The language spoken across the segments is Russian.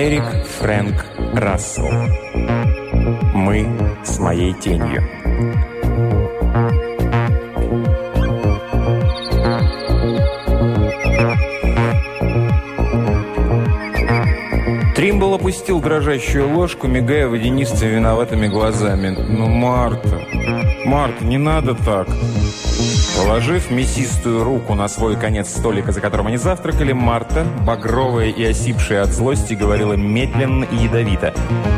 Эрик Фрэнк Рассел. Мы с моей тенью. Тримбл опустил дрожащую ложку, мигая водянистыми виноватыми глазами. «Ну, Марта, не надо так!» Положив мясистую руку на свой конец столика, за которым они завтракали, Марта, багровая и осипшая от злости, говорила медленно и ядовито.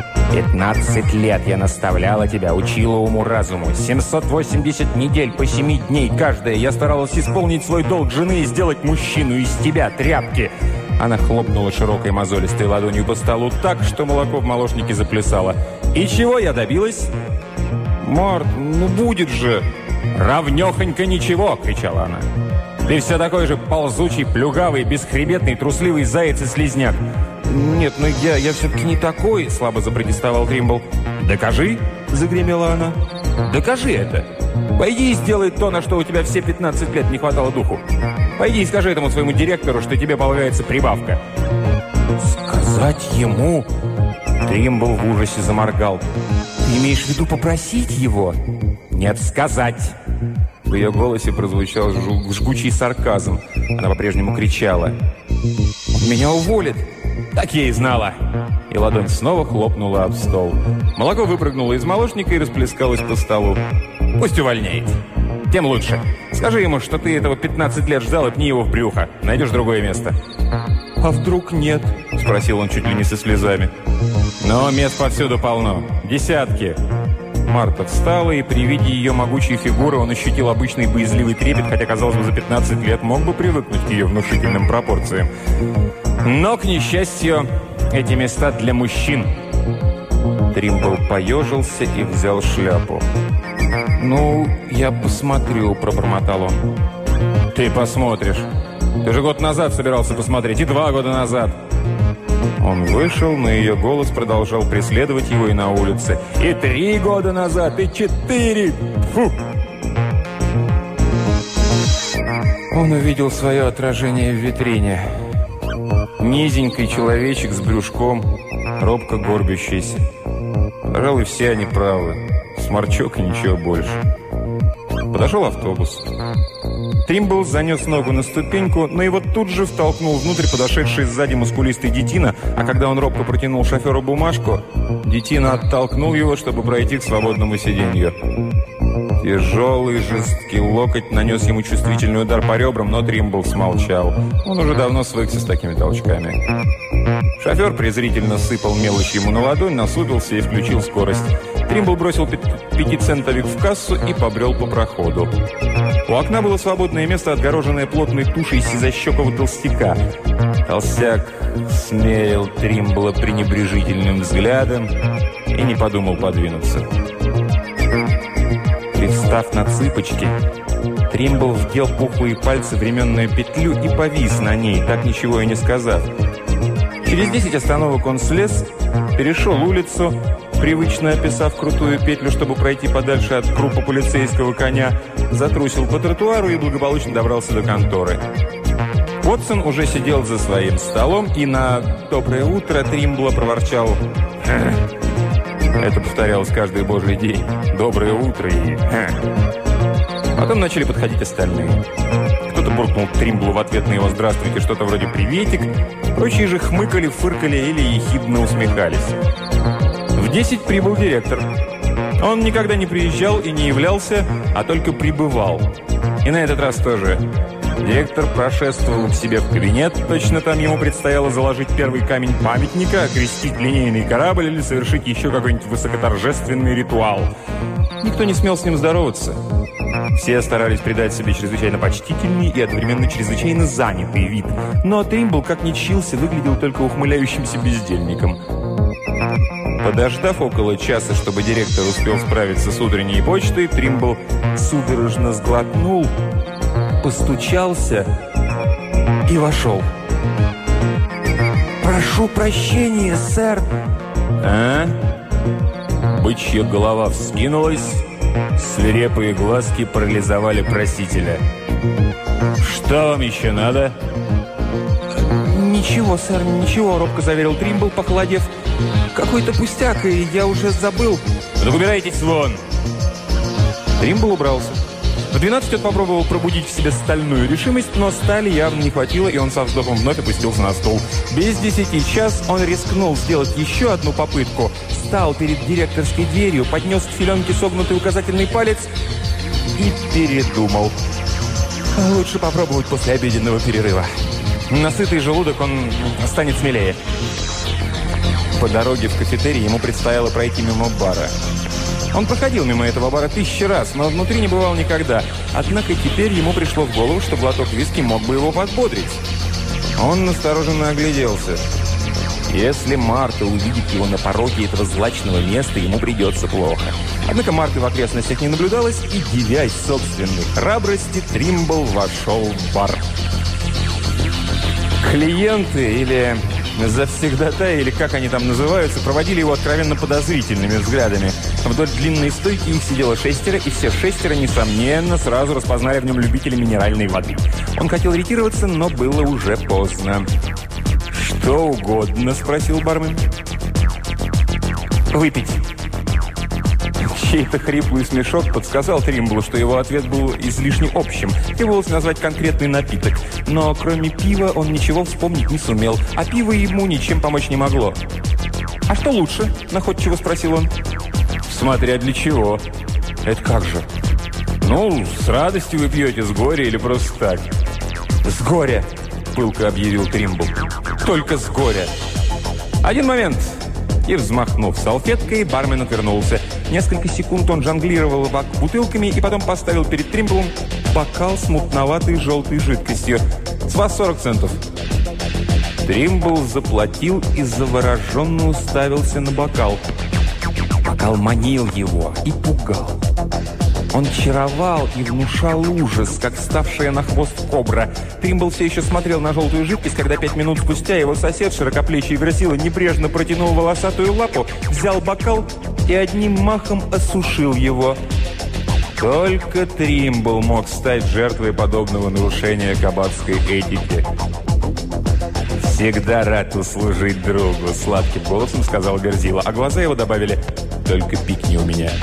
15 лет я наставляла тебя, учила уму-разуму. 780 недель по 7 дней каждая. Я старалась исполнить свой долг жены и сделать мужчину из тебя, тряпки. Она хлопнула широкой мозолистой ладонью по столу так, что молоко в молочнике заплясало. «И чего я добилась?» «Март, ну будет же!» «Равнёхонько ничего!» – кричала она. «Ты все такой же ползучий, плюгавый, бесхребетный, трусливый заяц и слизняк!» «Нет, но я все-таки не такой!» – слабо запротестовал Тримбл. «Докажи!» – загремела она. «Докажи это! Пойди и сделай то, на что у тебя все 15 лет не хватало духу! Пойди и скажи этому своему директору, что тебе полагается прибавка!» «Сказать ему?» Тримбл в ужасе заморгал. «Ты имеешь в виду попросить его?» «Нет, сказать!» В ее голосе прозвучал жгучий сарказм. Она по-прежнему кричала. «Меня уволят!» «Так я и знала!» И ладонь снова хлопнула об стол. Молоко выпрыгнуло из молочника и расплескалось по столу. «Пусть увольняет. Тем лучше. Скажи ему, что ты этого 15 лет ждал, и пни его в брюхо. Найдешь другое место». «А вдруг нет?» – спросил он чуть ли не со слезами. «Но мест повсюду полно. Десятки». Марта встала, и при виде ее могучей фигуры он ощутил обычный боязливый трепет, хотя, казалось бы, за 15 лет мог бы привыкнуть к ее внушительным пропорциям. Но, к несчастью, эти места для мужчин. Тримбл поежился и взял шляпу. «Ну, я посмотрю», – пробормотал он. «Ты посмотришь. Ты же год назад собирался посмотреть, и 2 года назад». Он вышел, но ее голос продолжал преследовать его и на улице. «И 3 года назад, и 4! Фу!» Он увидел свое отражение в витрине. Низенький человечек с брюшком, робко горбящийся. Пожалуй, все они правы. Сморчок и ничего больше. Подошел автобус. Тримбл занес ногу на ступеньку, но его тут же втолкнул внутрь подошедший сзади мускулистый детина, а когда он робко протянул шоферу бумажку, детина оттолкнул его, чтобы пройти к свободному сиденью. Тяжелый жесткий локоть нанес ему чувствительный удар по ребрам, но Тримбл смолчал. Он уже давно свыкся с такими толчками. Шофер презрительно сыпал мелочь ему на ладонь, насупился и включил скорость. Тримбл бросил 5-центовик в кассу и побрел по проходу. У окна было свободное место, отгороженное плотной тушей сизощекого толстяка. Толстяк смерил Тримбла пренебрежительным взглядом и не подумал подвинуться. Привстав на цыпочки, Тримбл вдел пухлые пальцы в ременную петлю и повис на ней, так ничего и не сказав. Через 10 остановок он слез, перешел улицу, привычно описав крутую петлю, чтобы пройти подальше от крупа полицейского коня, затрусил по тротуару и благополучно добрался до конторы. Уотсон уже сидел за своим столом и на «доброе утро» Тримбла проворчал. Это повторялось каждый божий день. «Доброе утро» и Потом начали подходить остальные. Кто-то буркнул Тримблу в ответ на его «здравствуйте» что-то вроде «приветик», прочие же хмыкали, фыркали или ехидно усмехались. В 10 прибыл директор. Он никогда не приезжал и не являлся, а только прибывал. И на этот раз тоже. Директор прошествовал к себе в кабинет, точно там ему предстояло заложить первый камень памятника, окрестить линейный корабль или совершить еще какой-нибудь высокоторжественный ритуал. Никто не смел с ним здороваться. Все старались придать себе чрезвычайно почтительный и одновременно чрезвычайно занятый вид. Но Тримбл, как ни чился, выглядел только ухмыляющимся бездельником. Подождав около часа, чтобы директор успел справиться с утренней почтой, Тримбл судорожно сглотнул, постучался и вошел. «Прошу прощения, сэр!» «А?» Бычья голова вскинулась, свирепые глазки парализовали просителя. «Что вам еще надо?» «Ничего, сэр, ничего», — робко заверил Тримбл, похолодев. «Какой-то пустяк, и я уже забыл». «Так убирайтесь вон!» Тримбл убрался. В 12 он попробовал пробудить в себе стальную решимость, но стали явно не хватило, и он со вздохом вновь опустился на стул. Без 10 час он рискнул сделать еще одну попытку. Встал перед директорской дверью, поднес к филенке согнутый указательный палец и передумал. Лучше попробовать после обеденного перерыва. На сытый желудок он станет смелее. По дороге в кафетерий ему предстояло пройти мимо бара. Он проходил мимо этого бара 1000 раз, но внутри не бывал никогда. Однако теперь ему пришло в голову, что глоток виски мог бы его подбодрить. Он настороженно огляделся. Если Марта увидит его на пороге этого злачного места, ему придется плохо. Однако Марты в окрестностях не наблюдалось, и, дивясь собственной храбрости, Тримбл вошел в бар. Клиенты или завсегдатаи, или как они там называются, проводили его откровенно подозрительными взглядами. Вдоль длинной стойки их сидело 6, и все 6, несомненно, сразу распознали в нем любителя минеральной воды. Он хотел ретироваться, но было уже поздно. «Что угодно?» – спросил бармен. «Выпить». Чей-то хриплый смешок подсказал Тримблу, что его ответ был излишне общим. Требовалось назвать конкретный напиток. Но кроме пива он ничего вспомнить не сумел, а пиво ему ничем помочь не могло. «А что лучше?» – находчиво спросил он. «Смотря для чего». «Это как же?» «Ну, с радостью вы пьете, с горя или просто так?» «С горя», – пылко объявил Тримбл. «Только с горя». «Один момент». И, взмахнув салфеткой, бармен отвернулся. Несколько секунд он жонглировал бутылками и потом поставил перед Тримблом бокал с мутноватой желтой жидкостью. «С вас 40 центов». Тримбл заплатил и завороженно уставился на бокал. Бокал манил его и пугал. Он чаровал и внушал ужас, как ставшая на хвост кобра. Тримбл все еще смотрел на желтую жидкость, когда 5 минут спустя его сосед, широкоплечий верзила, небрежно протянул волосатую лапу, взял бокал и одним махом осушил его. Только Тримбл мог стать жертвой подобного нарушения кабацкой этики. «Всегда рад услужить другу», — сладким голосом сказал Верзила, а глаза его добавили: «Только пикни у меня».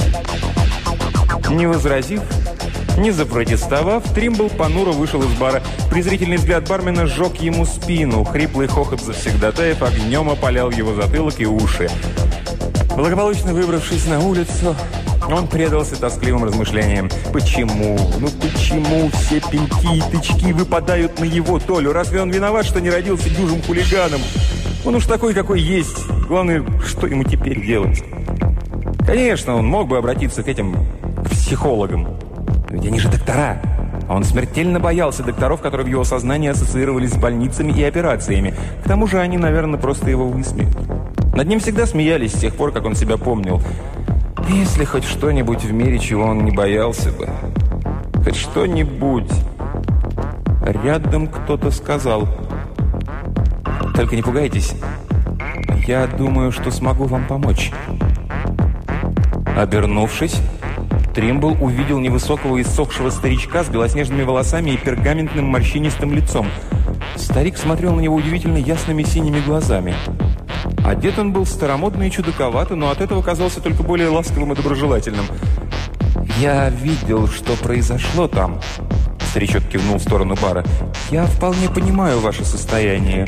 Не возразив, не запротестовав, Тримбл понуро вышел из бара. Презрительный взгляд бармена сжег ему спину. Хриплый хохот завсегдатаев огнем опалял его затылок и уши. Благополучно выбравшись на улицу, он предался тоскливым размышлениям. Почему? Ну почему все пеньки и тычки выпадают на его долю? Разве он виноват, что не родился дюжим хулиганом? Он уж такой, какой есть. Главное, что ему теперь делать? Конечно, он мог бы обратиться к этим психологам. Ведь они же доктора. А он смертельно боялся докторов, которые в его сознании ассоциировались с больницами и операциями. К тому же они, наверное, просто его высмеют. Над ним всегда смеялись с тех пор, как он себя помнил. Если хоть что-нибудь в мире, чего он не боялся бы. Хоть что-нибудь. Рядом кто-то сказал: «Только не пугайтесь. Я думаю, что смогу вам помочь». Обернувшись, Тримбл увидел невысокого иссохшего старичка с белоснежными волосами и пергаментным морщинистым лицом. Старик смотрел на него удивительно ясными синими глазами. Одет он был старомодно и чудаковато, но от этого казался только более ласковым и доброжелательным. «Я видел, что произошло там», — старичок кивнул в сторону бара. «Я вполне понимаю ваше состояние».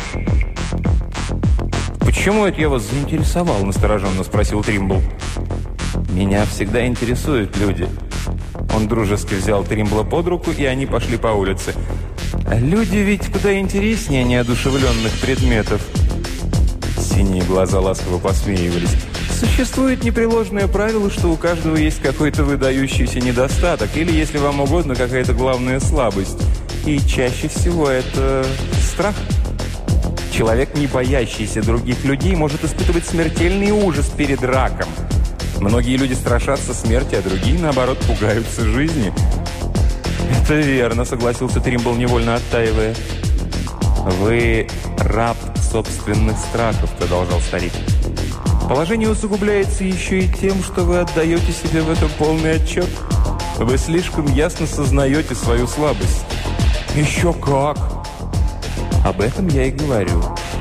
«Почему это я вас заинтересовал?» — настороженно спросил Тримбл. «Меня всегда интересуют люди». Он дружески взял Тримбла под руку, и они пошли по улице. «Люди ведь куда интереснее неодушевленных предметов». Синие глаза ласково посмеивались. «Существует непреложное правило, что у каждого есть какой-то выдающийся недостаток, или, если вам угодно, какая-то главная слабость. И чаще всего это страх. Человек, не боящийся других людей, может испытывать смертельный ужас перед раком. Многие люди страшатся смерти, а другие, наоборот, пугаются жизни». «Это верно», — согласился Тримбл, невольно оттаивая. «Вы раб собственных страхов», — продолжал старик. «Положение усугубляется еще и тем, что вы отдаете себе в этом полный отчет. Вы слишком ясно сознаете свою слабость». «Еще как!» «Об этом я и говорю.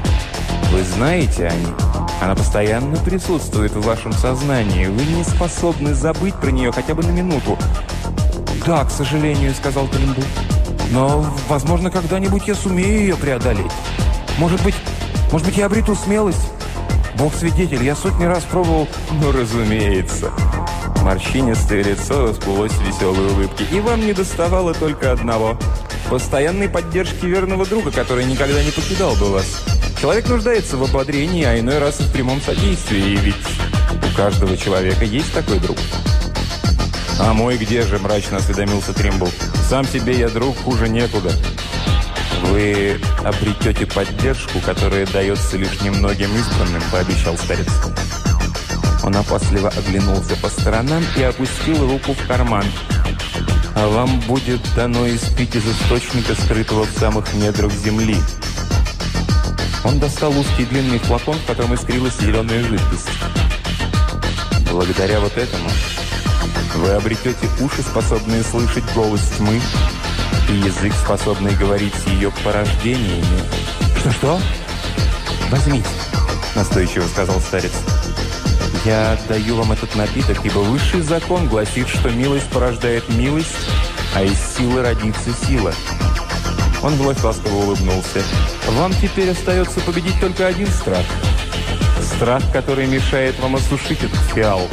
Вы знаете о ней. Она постоянно присутствует в вашем сознании. Вы не способны забыть про нее хотя бы на минуту. «Да, к сожалению», — сказал Тримбл. «Но, возможно, когда-нибудь я сумею ее преодолеть. Может быть, я обрету смелость. Бог свидетель, я сотни раз пробовал...» «Ну, разумеется». Морщинистое лицо расплылось в веселой улыбке. «И вам не доставало только одного – постоянной поддержки верного друга, который никогда не покидал бы вас. Человек нуждается в ободрении, а иной раз и в прямом содействии. И ведь у каждого человека есть такой друг». «А мой где же?» – мрачно осведомился Тримбл. «Сам себе я друг, хуже некуда». «Вы обретете поддержку, которая дается лишь немногим избранным», – пообещал старец. Он опасливо оглянулся по сторонам и опустил руку в карман. «А вам будет дано испить из источника, скрытого в самых недрах земли». Он достал узкий длинный флакон, в котором искрилась зеленая жидкость. «Благодаря вот этому вы обретете уши, способные слышать голос тьмы, и язык, способный говорить с ее порождениями». «Что-что?» «Возьмите», – настойчиво сказал старец. «Я даю вам этот напиток, ибо высший закон гласит, что милость порождает милость, а из силы родится сила». Он вновь ласково улыбнулся. «Вам теперь остается победить только один страх. Страх, который мешает вам осушить этот фиал».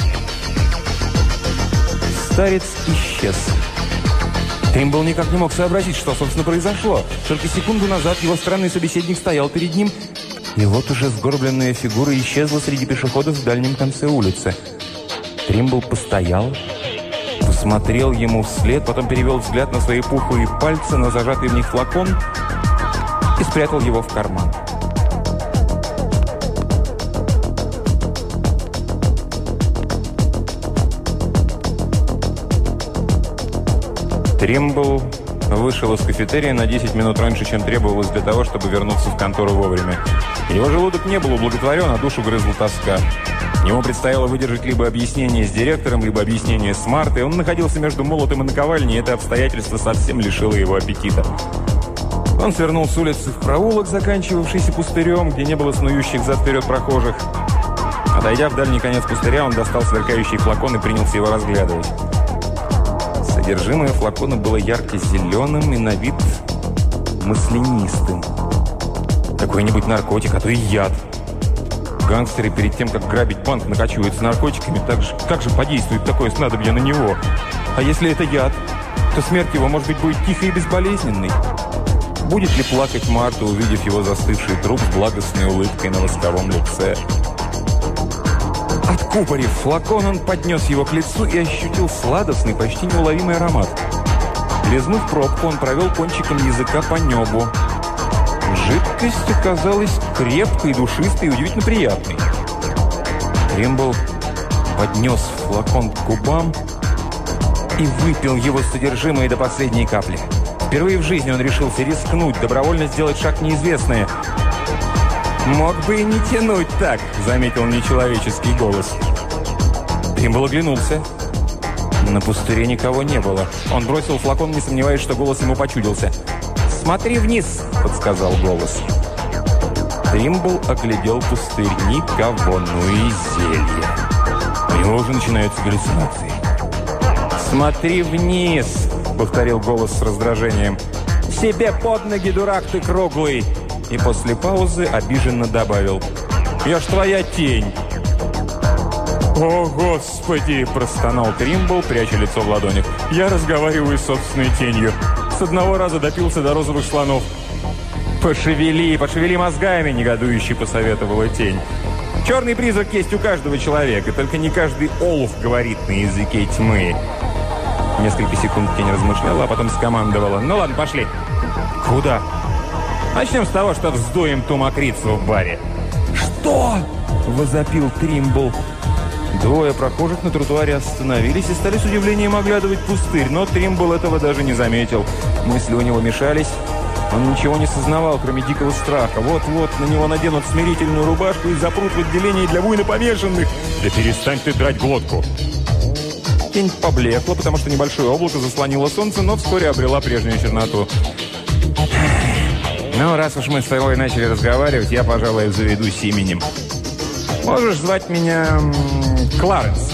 Старец исчез. Тримбл никак не мог сообразить, что, собственно, произошло. Только секунду назад его странный собеседник стоял перед ним, и вот уже сгорбленная фигура исчезла среди пешеходов в дальнем конце улицы. Тримбл постоял, посмотрел ему вслед, потом перевел взгляд на свои пухлые пальцы, на зажатый в них флакон и спрятал его в карман. Тримбл вышел из кафетерия на 10 минут раньше, чем требовалось для того, чтобы вернуться в контору вовремя. Его желудок не был удовлетворен, а душу грызла тоска. Ему предстояло выдержать либо объяснение с директором, либо объяснение с Мартой. Он находился между молотом и наковальней, и это обстоятельство совсем лишило его аппетита. Он свернул с улицы в проулок, заканчивавшийся пустырем, где не было снующих взад-вперед прохожих. Отойдя в дальний конец пустыря, он достал сверкающий флакон и принялся его разглядывать. Содержимое флакона было ярко-зеленым и на вид маслянистым. Какой-нибудь наркотик, а то и яд. Гангстеры перед тем, как грабить банк, накачиваются наркотиками. Как же подействует такое снадобье на него? А если это яд, то смерть его, может быть, будет тихой и безболезненной. Будет ли плакать Марта, увидев его застывший труп с благостной улыбкой на восковом лице? Откупорив флакон, он поднес его к лицу и ощутил сладостный, почти неуловимый аромат. Лизнув пробку, он провел кончиком языка по небу. Жидкость оказалась крепкой, душистой и удивительно приятной. Тримбл поднес флакон к губам и выпил его содержимое до последней капли. Впервые в жизни он решился рискнуть, добровольно сделать шаг в неизвестное. «Мог бы и не тянуть так», — заметил нечеловеческий голос. Тримбл оглянулся. На пустыре никого не было. Он бросил флакон, не сомневаясь, что голос ему почудился. «Смотри вниз», — подсказал голос. Тримбл оглядел пустырь. Никого, ну и зелье. У него уже начинаются галлюцинации. «Смотри вниз», — повторил голос с раздражением. «Себе под ноги, дурак ты круглый!» И после паузы обиженно добавил: «Я ж твоя тень!» «О, Господи!» – простонал Тримбл, пряча лицо в ладонях. «Я разговариваю с собственной тенью. С одного раза допился до розовых слонов». «Пошевели мозгами!» – негодующе посоветовала тень. «Черный призрак есть у каждого человека, только не каждый олух говорит на языке тьмы». Несколько секунд тень размышляла, а потом скомандовала: «Ну ладно, пошли». «Куда?» «Начнем с того, что вздуем ту мокрицу в баре». «Что?» – возопил Тримбл. Двое прохожих на тротуаре остановились и стали с удивлением оглядывать пустырь, но Тримбл этого даже не заметил. Мысли у него мешались. Он ничего не сознавал, кроме дикого страха. Вот-вот на него наденут смирительную рубашку и запрут в отделении для буйнопомешанных. «Да перестань ты драть глотку!» Тень поблекла, потому что небольшое облако заслонило солнце, но вскоре обрела прежнюю черноту. Ну, раз уж мы с тобой начали разговаривать, я, пожалуй, заведусь именем. Можешь звать меня Кларенс.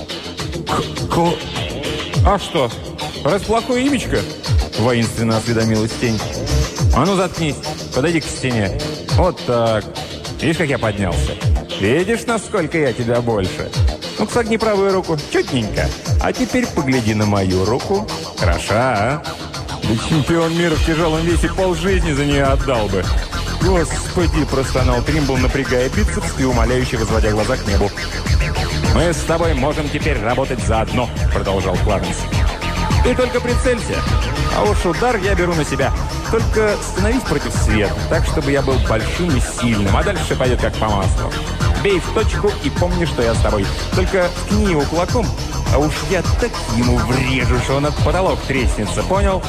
А что, раз плохое имечко? Воинственно осведомилась тень. А ну, заткнись, подойди к стене. Вот так. Видишь, как я поднялся? Видишь, насколько я тебя больше? Ну-ка, согни правую руку. Чутненько. А теперь погляди на мою руку. Хороша, а? Да чемпион мира в тяжелом весе полжизни за нее отдал бы. Господи, простонал Тримбл, напрягая бицепс и умоляюще возводя глаза к небу. «Мы с тобой можем теперь работать заодно», — продолжал Кларенс. «Ты только прицелься, а уж удар я беру на себя. Только становись против света, так, чтобы я был большим и сильным, а дальше пойдет как по маслу. Бей в точку и помни, что я с тобой. Только ткни его кулаком, а уж я так ему врежу, что он от потолок треснется, понял?»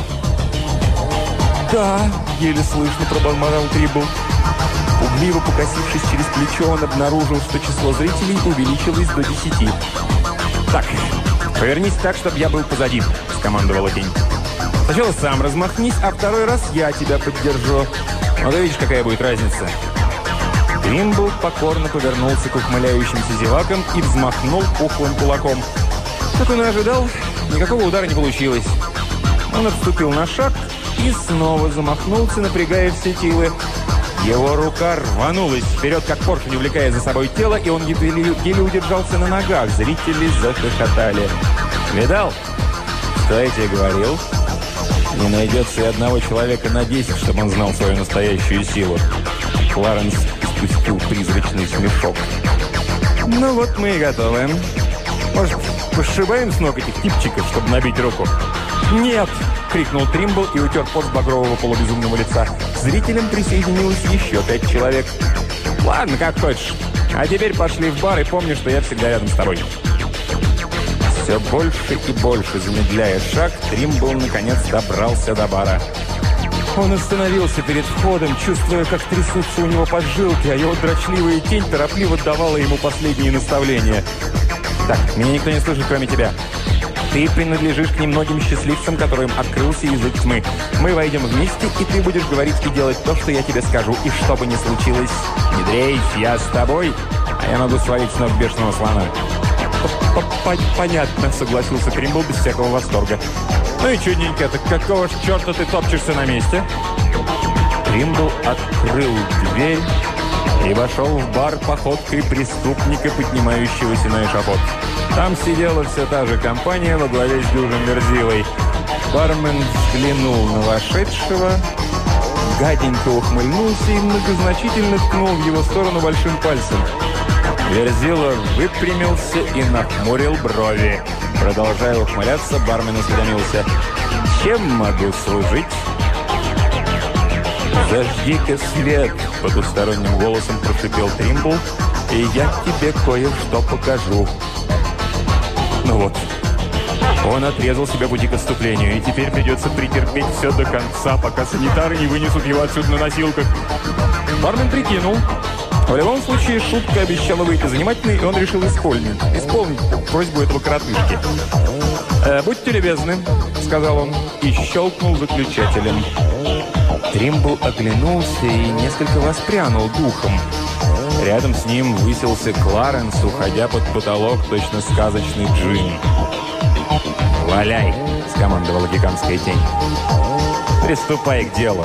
«Да», — еле слышно пробормотал Трибл. Угливо покосившись через плечо, он обнаружил, что число зрителей увеличилось до 10. «Так, повернись так, чтобы я был позади», — скомандовала тень. «Сначала сам размахнись, а второй раз я тебя поддержу. Вот видишь, какая будет разница». Тримбл покорно повернулся к ухмыляющимся зевакам и взмахнул пухлым кулаком. Как он и ожидал, никакого удара не получилось. Он отступил на шаг и снова замахнулся, напрягая все силы. Его рука рванулась вперед, как поршень, увлекая за собой тело, и он еле удержался на ногах. Зрители захохотали. «Видал, что я тебе говорил? Не найдется и одного человека на 10, чтобы он знал свою настоящую силу». Кларенс испустил призрачный смешок. «Ну вот мы и готовы. Может, пошибаем с ног этих типчиков, чтобы набить руку?» «Нет!» — крикнул Тримбл и утер пот с багрового полубезумного лица. К зрителям присоединилось еще 5 человек. «Ладно, как хочешь. А теперь пошли в бар и помни, что я всегда рядом с тобой». Все больше и больше замедляя шаг, Тримбл наконец добрался до бара. Он остановился перед входом, чувствуя, как трясутся у него поджилки, а его дрочливая тень торопливо давала ему последние наставления. «Так, меня никто не слышит, кроме тебя. Ты принадлежишь к немногим счастливцам, которым открылся язык тьмы. Мы войдем вместе, и ты будешь говорить и делать то, что я тебе скажу. И что бы ни случилось, не дрейфь, я с тобой, а я могу свалить с ног бешеного слона». «Понятно», — согласился Тримбл без всякого восторга. «Ну и чудненько, так какого ж черта ты топчешься на месте?» Тримбл открыл дверь и вошел в бар походкой преступника, поднимающегося на эшафот. Там сидела все та же компания во главе с дюжим Верзилой. Бармен взглянул на вошедшего, гаденько ухмыльнулся и многозначительно ткнул в его сторону большим пальцем. Верзила выпрямился и нахмурил брови. Продолжая ухмыляться, бармен осведомился: «Чем могу служить?» «Зажги-ка свет!» — потусторонним голосом прошипел Тримбл, «и я тебе кое-что покажу». Ну вот, он отрезал себе пути к отступлению, и теперь придется претерпеть все до конца, пока санитары не вынесут его отсюда на носилках. Бармен прикинул. В любом случае, шутка обещала выйти занимательной, и он решил исполнить просьбу этого коротышки. «Будьте любезны», — сказал он, и щелкнул выключателем. Тримбл оглянулся и несколько воспрянул духом. Рядом с ним высился Кларенс, уходя под потолок, точно сказочный джин. «Валяй!» — скомандовала гигантская тень. «Приступай к делу!»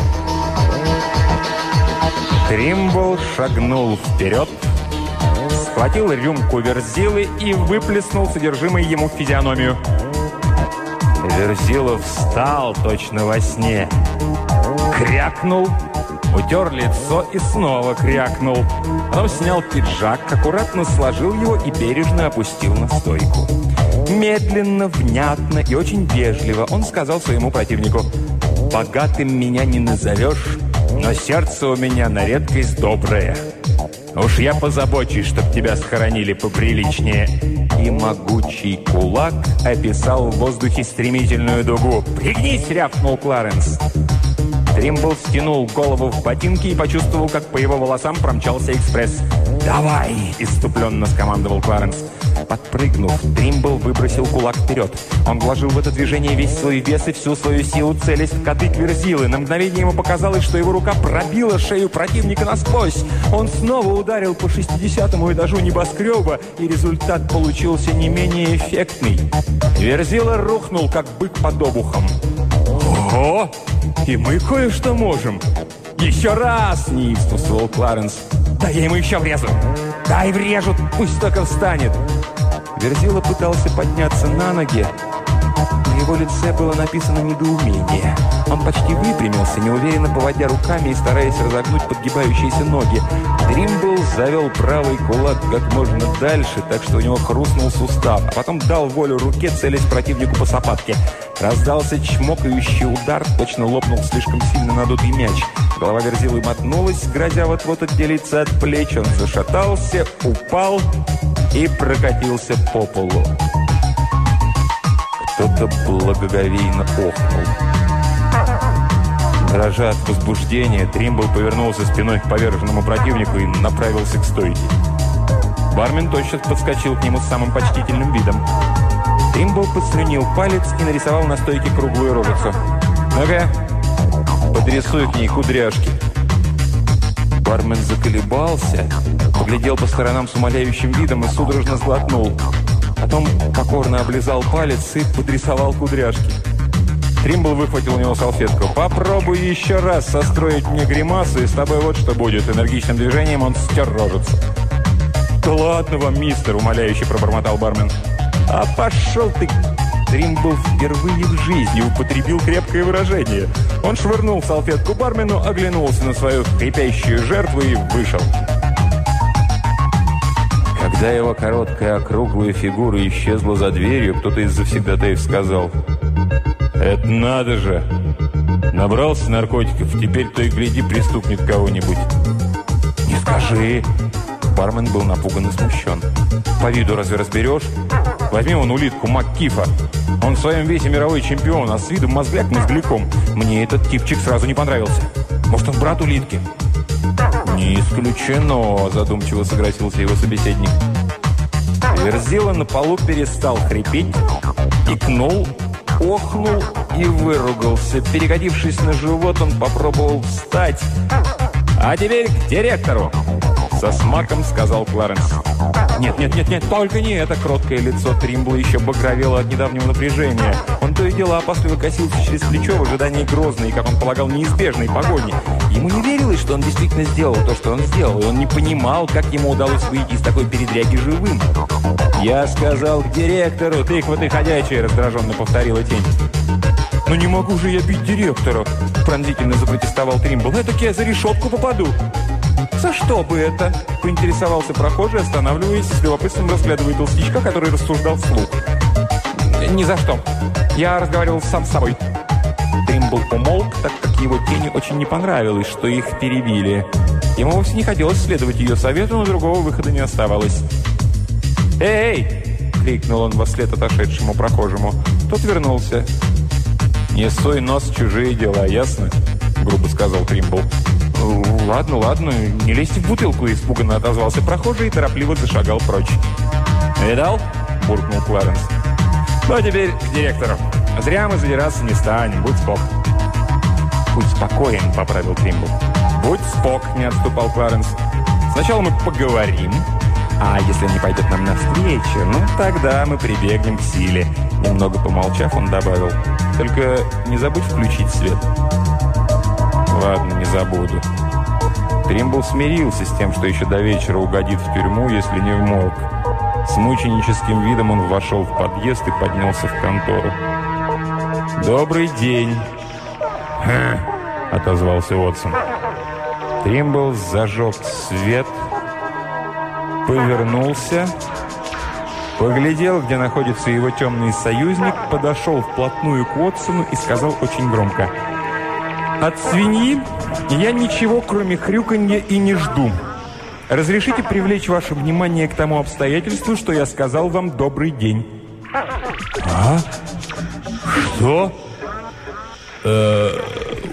Тримбл шагнул вперед, схватил рюмку Верзилы и выплеснул содержимое ему в физиономию. Верзила встал точно во сне. Крякнул, утер лицо и снова крякнул. Потом снял пиджак, аккуратно сложил его и бережно опустил на стойку. Медленно, внятно и очень вежливо он сказал своему противнику: «Богатым меня не назовешь, но сердце у меня на редкость доброе. Уж я позабочусь, чтоб тебя схоронили поприличнее». И могучий кулак описал в воздухе стремительную дугу. «Пригнись!» — рявкнул Кларенс. Тримбл стянул голову в ботинки и почувствовал, как по его волосам промчался экспресс. «Давай!» – исступленно скомандовал Кларенс. Подпрыгнув, Тримбл выбросил кулак вперед. Он вложил в это движение весь свой вес и всю свою силу, целясь в кадык Верзилы. На мгновение ему показалось, что его рука пробила шею противника насквозь. Он снова ударил по 60-му этажу небоскреба, и результат получился не менее эффектный. Верзила рухнул, как бык под обухом. «Ого! И мы кое-что можем!» «Еще раз!» – неистовствовал Кларенс. «Да я ему еще врежу! Дай врежу, пусть только встанет!» Верзила пытался подняться на ноги. На его лице было написано недоумение. Он почти выпрямился, неуверенно поводя руками и стараясь разогнуть подгибающиеся ноги. Тримбл завел правый кулак как можно дальше, так что у него хрустнул сустав, а потом дал волю руке, целясь противнику по сапатке. Раздался чмокающий удар, точно лопнул слишком сильно надутый мяч. Голова Верзилы мотнулась, грозя вот-вот отделиться от плеч. Он зашатался, упал и прокатился по полу. Кто-то благоговейно охнул. Дрожа от возбуждения, Тримбл повернулся спиной к поверженному противнику и направился к стойке. Бармен тотчас подскочил к нему с самым почтительным видом. Тримбл подслюнил палец и нарисовал на стойке круглую рожицу. «Ну-ка, подрисуй к ней кудряшки». Бармен заколебался, поглядел по сторонам с умоляющим видом и судорожно сглотнул. Потом покорно облизал палец и подрисовал кудряшки. Тримбл выхватил у него салфетку. «Попробуй еще раз состроить мне гримасу, и с тобой вот что будет». Энергичным движением он стер рожицу. «Да ладно вам, мистер!» – умоляюще пробормотал бармен. «А пошел ты!» Тримбл впервые в жизни употребил крепкое выражение. Он швырнул салфетку бармену, оглянулся на свою хрипящую жертву и вышел. Когда его короткая округлая фигура исчезла за дверью, кто-то из завсегдатаев сказал: «Это надо же! Набрался наркотиков, теперь то и гляди пристукнет кого-нибудь». «Не скажи!» Бармен был напуган и смущен. «По виду разве разберешь? Возьми вон улитку МакКифа. Он в своем весе мировой чемпион, а с виду мозгляк мозгляком. Мне этот типчик сразу не понравился. Может, он брат улитки?» «Не исключено», – задумчиво согласился его собеседник. Верзила на полу перестал хрипеть, икнул, охнул и выругался. Перекатившись на живот, он попробовал встать. «А теперь к директору!» – со смаком сказал Кларенс. «Нет, только не это!» Кроткое лицо Тримбла еще багровело от недавнего напряжения. Он то и дело опасливо косился через плечо в ожидании грозной, как он полагал, неизбежной погони. Ему не верилось, что он действительно сделал то, что он сделал, и он не понимал, как ему удалось выйти из такой передряги живым. «Я сказал к директору, тыква-ты ходячая!» – раздраженно повторила тень. «Но не могу же я бить директора!» – пронзительно запротестовал Тримбл. «Этак я за решетку попаду!» «За что бы это?» – поинтересовался прохожий, останавливаясь, с любопытством разглядывая толстячка, который рассуждал вслух. «Ни за что. Я разговаривал сам с собой». Тримбл умолк, так как его тени очень не понравилось, что их перебили. Ему вовсе не хотелось следовать ее совету, но другого выхода не оставалось. «Эй!» – крикнул он вслед отошедшему прохожему. Тот вернулся. «Не суй нос в чужие дела, ясно?» – грубо сказал Тримбл. «Ладно, не лезьте в бутылку», – испуганно отозвался прохожий и торопливо зашагал прочь. «Видал?» – буркнул Кларенс. «Ну, а теперь к директору. Зря мы задираться не станем, будь спок». «Будь спокоен», – поправил Тримбл. «Будь спок», – не отступал Кларенс. «Сначала мы поговорим, а если он не пойдет нам навстречу, ну, тогда мы прибегнем к силе». Немного помолчав, он добавил: «Только не забудь включить свет». «Ладно, не забуду». Тримбл смирился с тем, что еще до вечера угодит в тюрьму, если не в морг. С мученическим видом он вошел в подъезд и поднялся в контору. «Добрый день!» – отозвался Уотсон. Тримбл зажег свет, повернулся, поглядел, где находится его темный союзник, подошел вплотную к Уотсону и сказал очень громко: «От свиньи я ничего, кроме хрюканья, и не жду. Разрешите привлечь ваше внимание к тому обстоятельству, что я сказал вам добрый день». «А? Что?»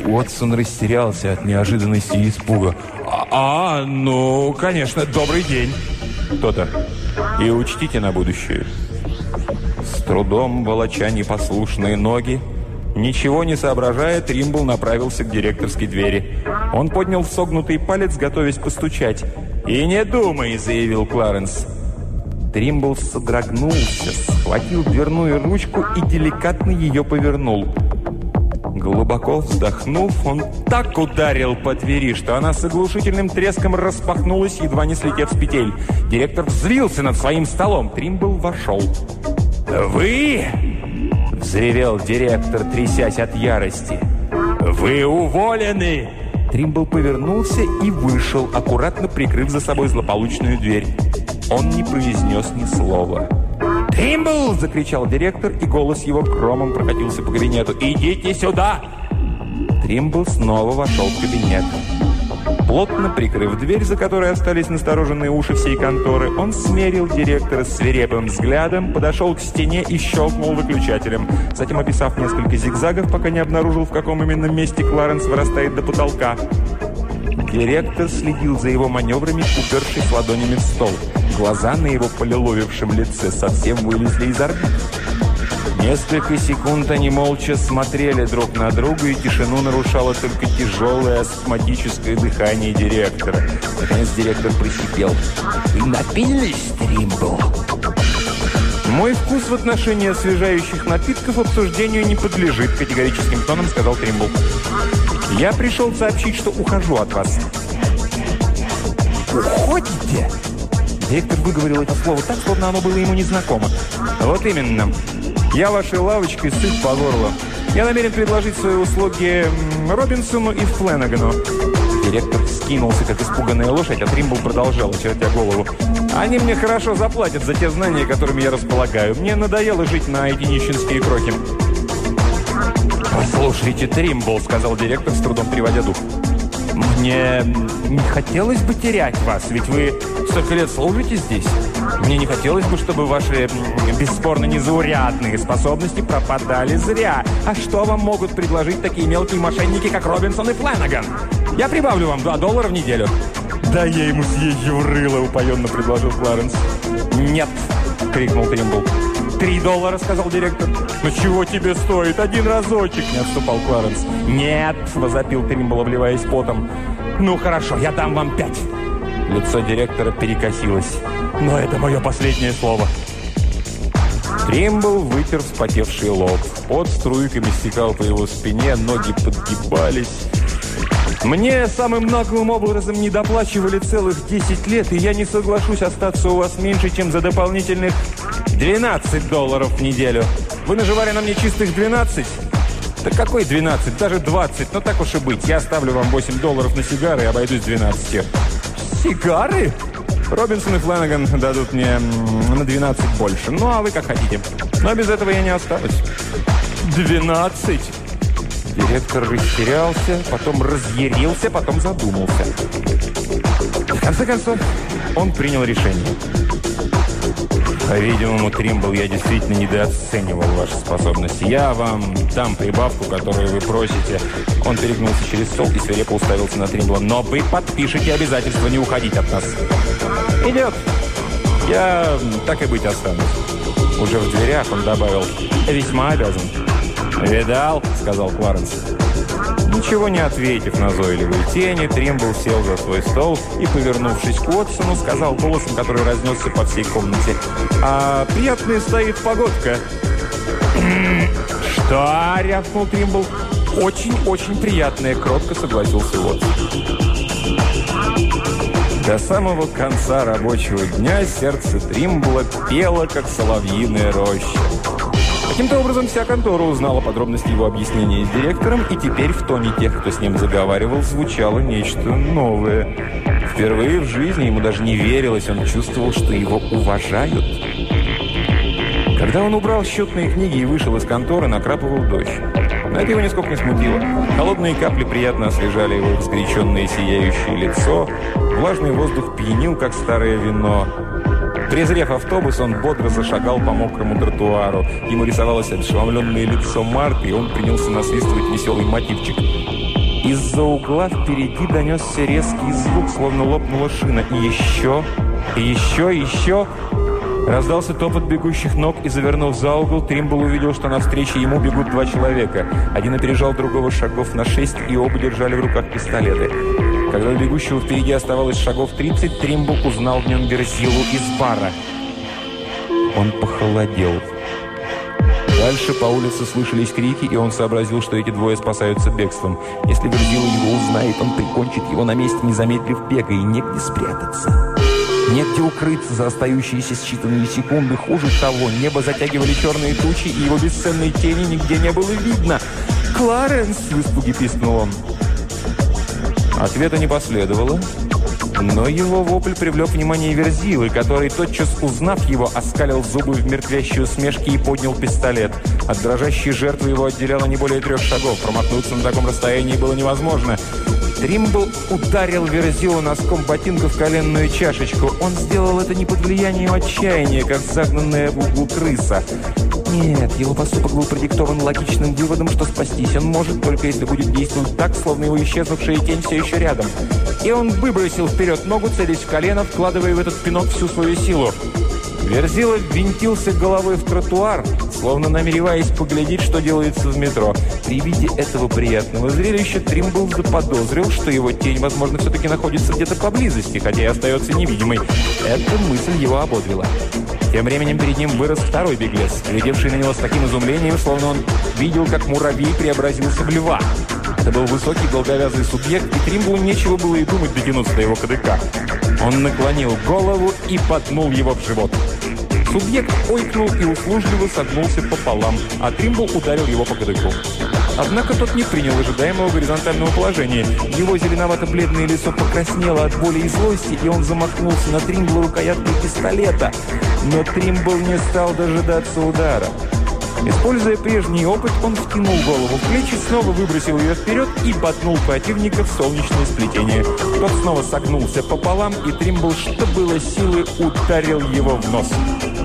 Уотсон растерялся от неожиданности и испуга. Ну, конечно, добрый день. Кто-то. И учтите на будущее. С трудом волоча непослушные ноги, ничего не соображая, Тримбл направился к директорской двери. Он поднял согнутый палец, готовясь постучать. «И не думай», — заявил Кларенс. Тримбл содрогнулся, схватил дверную ручку и деликатно ее повернул. Глубоко вздохнув, он так ударил по двери, что она с оглушительным треском распахнулась, едва не слетев с петель. Директор взвился над своим столом. Тримбл вошел. «Вы?» – взревел директор, трясясь от ярости. «Вы уволены!» Тримбл повернулся и вышел, аккуратно прикрыв за собой злополучную дверь. Он не произнес ни слова. «Тримбл!» – закричал директор, и голос его громом прокатился по кабинету. «Идите сюда!» Тримбл снова вошел в кабинет. Плотно прикрыв дверь, за которой остались настороженные уши всей конторы, он смерил директора свирепым взглядом, подошел к стене и щелкнул выключателем. Затем, описав несколько зигзагов, пока не обнаружил, в каком именно месте Кларенс вырастает до потолка. Директор следил за его маневрами, упершись ладонями в стол. Глаза на его полиловившем лице совсем вылезли из орбит. Несколько секунд они молча смотрели друг на друга, и тишину нарушало только тяжелое астматическое дыхание директора. Наконец директор просипел. «Вы напились, Тримбл?» «Мой вкус в отношении освежающих напитков обсуждению не подлежит», — категорическим тоном сказал Тримбл. «Я пришел сообщить, что ухожу от вас». «Уходите?» Директор выговорил это слово так, словно оно было ему незнакомо. «Вот именно. Я вашей лавочкой сыт по горло. Я намерен предложить свои услуги Робинсону и Фленагану». Директор скинулся, как испуганная лошадь, а Тримбл продолжал, очертя голову. «Они мне хорошо заплатят за те знания, которыми я располагаю. Мне надоело жить на эти нищенские крохи». «Послушайте, Тримбл», — сказал директор, с трудом переводя дух. «Мне не хотелось бы терять вас, ведь вы столько лет служите здесь. Мне не хотелось бы, чтобы ваши бесспорно незаурядные способности пропадали зря. А что вам могут предложить такие мелкие мошенники, как Робинсон и Фленаган? Я прибавлю вам $2 в неделю». «Да я ему съезжу в рыло», — упоенно предложил Кларенс. «Нет», — крикнул Тримбл. $3, сказал директор. «Ну чего тебе стоит? Один разочек!» Не отступал Кларенс. «Нет!» – возопил Тримбл, обливаясь потом. «Ну хорошо, я дам вам 5!» Лицо директора перекосилось. «Но это мое последнее слово!» Тримбл вытер вспотевший лоб. Пот струйками стекал по его спине, ноги подгибались. «Мне самым наглым образом не доплачивали целых 10 лет, и я не соглашусь остаться у вас меньше, чем за дополнительных $12 в неделю. Вы наживали на мне чистых 12? Да какой 12? Даже 20. Ну так уж и быть. Я оставлю вам $8 на сигары и обойдусь 12. Сигары? Робинсон и Фленаган дадут мне на 12 больше. Ну, а вы как хотите. Но без этого я не останусь. 12? Директор растерялся, потом разъярился, потом задумался. В конце концов, он принял решение. По-видимому, Тримбл, я действительно недооценивал ваши способности. Я вам дам прибавку, которую вы просите. Он перегнулся через стол и свирепо уставился на Тримбла. Но вы подпишете обязательство не уходить от нас. Идет. Я, так и быть, останусь. Уже в дверях он добавил: весьма обязан. «Видал?» — сказал Кларенс. Ничего не ответив назойливой тени, Тримбл сел за свой стол и, повернувшись к Уотсону, сказал голосом, который разнесся по всей комнате: «А приятная стоит погодка». «Что?» — рявкнул Тримбл. «Очень-очень приятная», — кротко согласился Уотсон. До самого конца рабочего дня сердце Тримбла пело, как соловьиная роща. Каким-то образом вся контора узнала подробности его объяснения с директором, и теперь в тоне тех, кто с ним заговаривал, звучало нечто новое. Впервые в жизни ему даже не верилось, он чувствовал, что его уважают. Когда он убрал счетные книги и вышел из конторы, накрапывал дождь. Но это его нисколько не смутило. Холодные капли приятно освежали его разгоряченное сияющее лицо, влажный воздух пьянил, как старое вино. Презрев автобус, он бодро зашагал по мокрому тротуару. Ему рисовалось отшеломленное лицо Марты, и он принялся насвистывать веселый мотивчик. Из-за угла впереди донесся резкий звук, словно лопнула шина. И еще. Раздался топот бегущих ног, и, завернув за угол, Тримбл увидел, что навстречу ему бегут два человека. Один опережал другого шагов на 6, и оба держали в руках пистолеты. Когда у бегущего впереди оставалось шагов 30, Тримбл узнал в нем Верзилу из бара. Он похолодел. Дальше по улице слышались крики, и он сообразил, что эти двое спасаются бегством. Если Верзила его узнает, он прикончит его на месте, не замедлив бега, и негде спрятаться. Негде укрыться за остающиеся считанные секунды. Хуже того, небо затягивали черные тучи, и его бесценной тени нигде не было видно. «Кларенс!» – в испуге пискнул он. Ответа не последовало, но его вопль привлек внимание Верзилы, который, тотчас узнав его, оскалил зубы в мертвящей усмешке и поднял пистолет. От дрожащей жертвы его отделяло не более 3 шагов. Промахнуться на таком расстоянии было невозможно. Тримбл ударил Верзилу носком ботинка в коленную чашечку. Он сделал это не под влиянием отчаяния, как загнанная в углу крыса. Нет, его поступок был продиктован логичным выводом, что спастись он может, только если будет действовать так, словно его исчезнувшая тень все еще рядом. И он выбросил вперед ногу, целясь в колено, вкладывая в этот пинок всю свою силу. Верзила ввинтился головой в тротуар, словно намереваясь поглядеть, что делается в метро. При виде этого приятного зрелища Тримбл заподозрил, что его тень, возможно, все-таки находится где-то поблизости, хотя и остается невидимой. Эта мысль его ободрила. Тем временем перед ним вырос второй беглец, глядевший на него с таким изумлением, словно он видел, как муравей преобразился в льва. Это был высокий, долговязый субъект, и Тримблу нечего было и думать дотянуться до его кадыка. Он наклонил голову и потнул его в живот. Субъект ойкнул и услужливо согнулся пополам, а Тримбл ударил его по кадыку. Однако тот не принял ожидаемого горизонтального положения. Его зеленовато-бледное лицо покраснело от боли и злости, и он замахнулся на Тримбла рукояткой пистолета. Но Тримбл не стал дожидаться удара. Используя прежний опыт, он втянул голову в плечи, снова выбросил ее вперед и ботнул противника в солнечное сплетение. Тот снова согнулся пополам, и Тримбл, что было силы, ударил его в нос.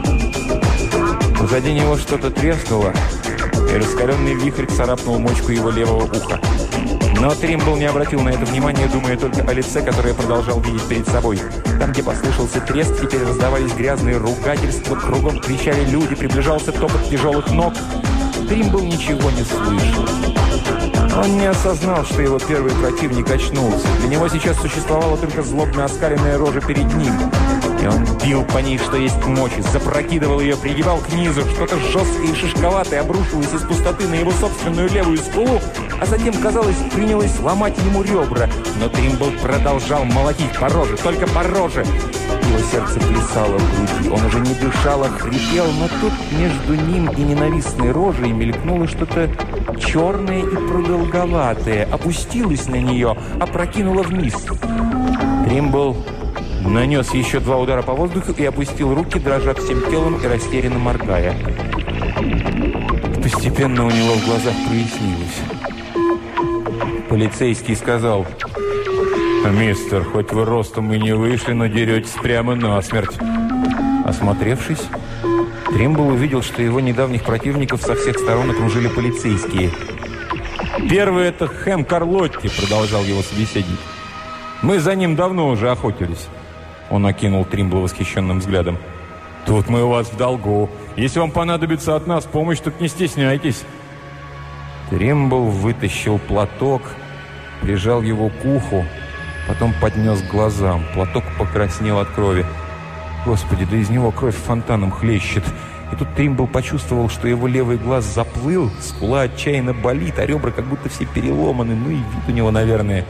Позади него что-то треснуло, и раскаленный вихрь царапнул мочку его левого уха. Но Тримбл не обратил на это внимания, думая только о лице, которое продолжал видеть перед собой. Там, где послышался треск, теперь раздавались грязные ругательства, кругом кричали люди, приближался топот тяжелых ног. Тримбл ничего не слышал. Он не осознал, что его первый противник очнулся. Для него сейчас существовала только злобно оскаленная рожа перед ним. И он бил по ней, что есть мочи, запрокидывал ее, пригибал к низу. Что-то жесткое и шишковатое обрушилось из пустоты на его собственную левую скулу, а затем, казалось, принялось ломать ему ребра. Но Тримбл продолжал молотить по роже, только по роже. Его сердце плясало в груди. Он уже не дышал, а хрипел, но тут между ним и ненавистной рожей мелькнуло что-то черное и продолговатое, опустилось на нее, опрокинуло вниз. Тримбл нанес еще 2 удара по воздуху и опустил руки, дрожа всем телом и растерянно моргая. Постепенно у него в глазах прояснилось. Полицейский сказал: «Мистер, хоть вы ростом и не вышли, но деретесь прямо насмерть». Осмотревшись, Тримбл увидел, что его недавних противников со всех сторон окружили полицейские. «Первый – это Хэм Карлотти», – продолжал его собеседник. «Мы за ним давно уже охотились». Он окинул Тримбла восхищенным взглядом. «Тут мы у вас в долгу. Если вам понадобится от нас помощь, так не стесняйтесь». Тримбл вытащил платок, прижал его к уху, потом поднес к глазам. Платок покраснел от крови. Господи, да из него кровь фонтаном хлещет. И тут Тримбл почувствовал, что его левый глаз заплыл, скула отчаянно болит, а ребра как будто все переломаны. Ну и вид у него, наверное.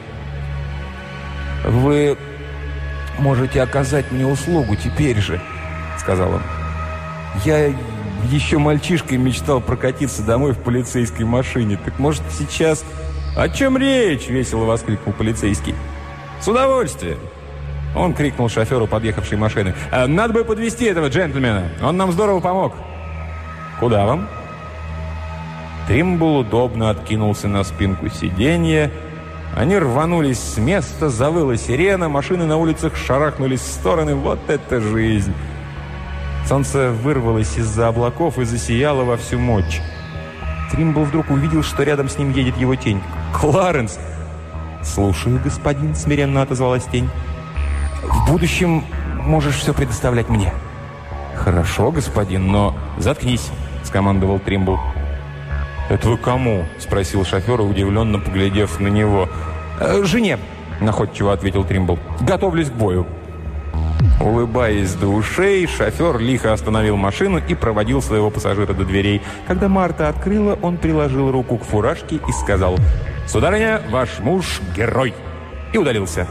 «Вы можете оказать мне услугу теперь же», — сказал он. «Я еще мальчишкой мечтал прокатиться домой в полицейской машине. Так может сейчас...» «О чем речь?» — весело воскликнул полицейский. «С удовольствием!» Он крикнул шоферу подъехавшей машины: «Надо бы подвезти этого джентльмена. Он нам здорово помог». «Куда вам?» Тримбл удобно откинулся на спинку сиденья. Они рванулись с места, завыла сирена, машины на улицах шарахнулись в стороны. Вот это жизнь! Солнце вырвалось из-за облаков и засияло во всю мощь. Тримбл вдруг увидел, что рядом с ним едет его тень. «Кларенс! «Слушаю, господин», — смиренно отозвалась тень. «В будущем можешь все предоставлять мне». «Хорошо, господин, но заткнись», — скомандовал Тримбл. «Это вы кому?» — спросил шофер, удивленно поглядев на него. «Жене», — находчиво ответил Тримбл. «Готовлюсь к бою». Улыбаясь до ушей, шофер лихо остановил машину и проводил своего пассажира до дверей. Когда Марта открыла, он приложил руку к фуражке и сказал: «Сударыня, ваш муж – герой!» и удалился.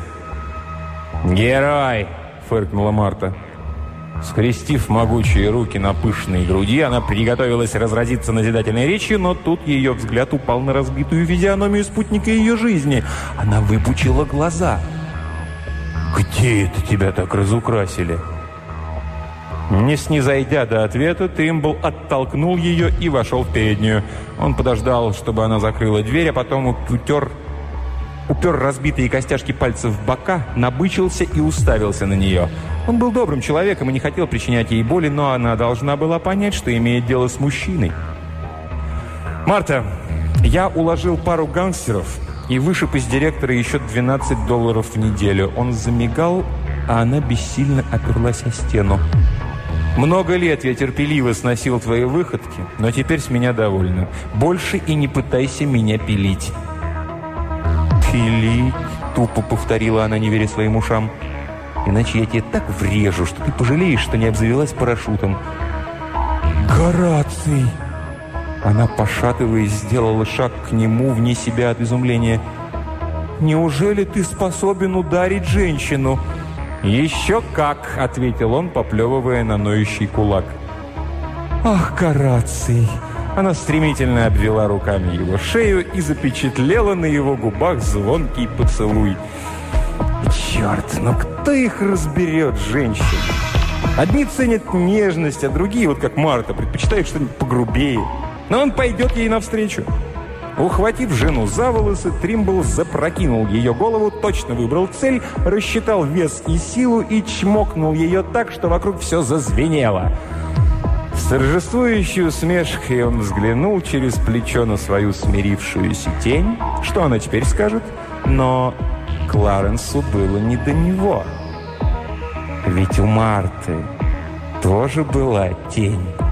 «Герой!» – фыркнула Марта. Скрестив могучие руки на пышной груди, она приготовилась разразиться назидательной речью, но тут ее взгляд упал на разбитую физиономию спутника ее жизни. Она выпучила глаза. «Где это тебя так разукрасили?» Не снизойдя до ответа, Тримбл оттолкнул ее и вошел в переднюю. Он подождал, чтобы она закрыла дверь, а потом упер разбитые костяшки пальцев в бока, набычился и уставился на нее. Он был добрым человеком и не хотел причинять ей боли, но она должна была понять, что имеет дело с мужчиной. «Марта, я уложил пару гангстеров и вышиб из директора еще $12 в неделю». Он замигал, а она бессильно оперлась о стену. «Много лет я терпеливо сносил твои выходки, но теперь с меня довольно. Больше и не пытайся меня пилить». «Пилить?» – тупо повторила она, не веря своим ушам. «Иначе я тебе так врежу, что ты пожалеешь, что не обзавелась парашютом». «Гораций!» Она, пошатываясь, сделала шаг к нему вне себя от изумления. «Неужели ты способен ударить женщину?» «Еще как!» — ответил он, поплевывая на ноющий кулак. «Ах, Гораций!» Она стремительно обвела руками его шею и запечатлела на его губах звонкий поцелуй. «Черт, ну кто их разберет, женщин? Одни ценят нежность, а другие, вот как Марта, предпочитают что-нибудь погрубее. Но он пойдет ей навстречу». Ухватив жену за волосы, Тримбл запрокинул ее голову, точно выбрал цель, рассчитал вес и силу и чмокнул ее так, что вокруг все зазвенело. С торжествующей усмешкой он взглянул через плечо на свою смирившуюся тень. Что она теперь скажет? Но Кларенсу было не до него. Ведь у Марты тоже была тень.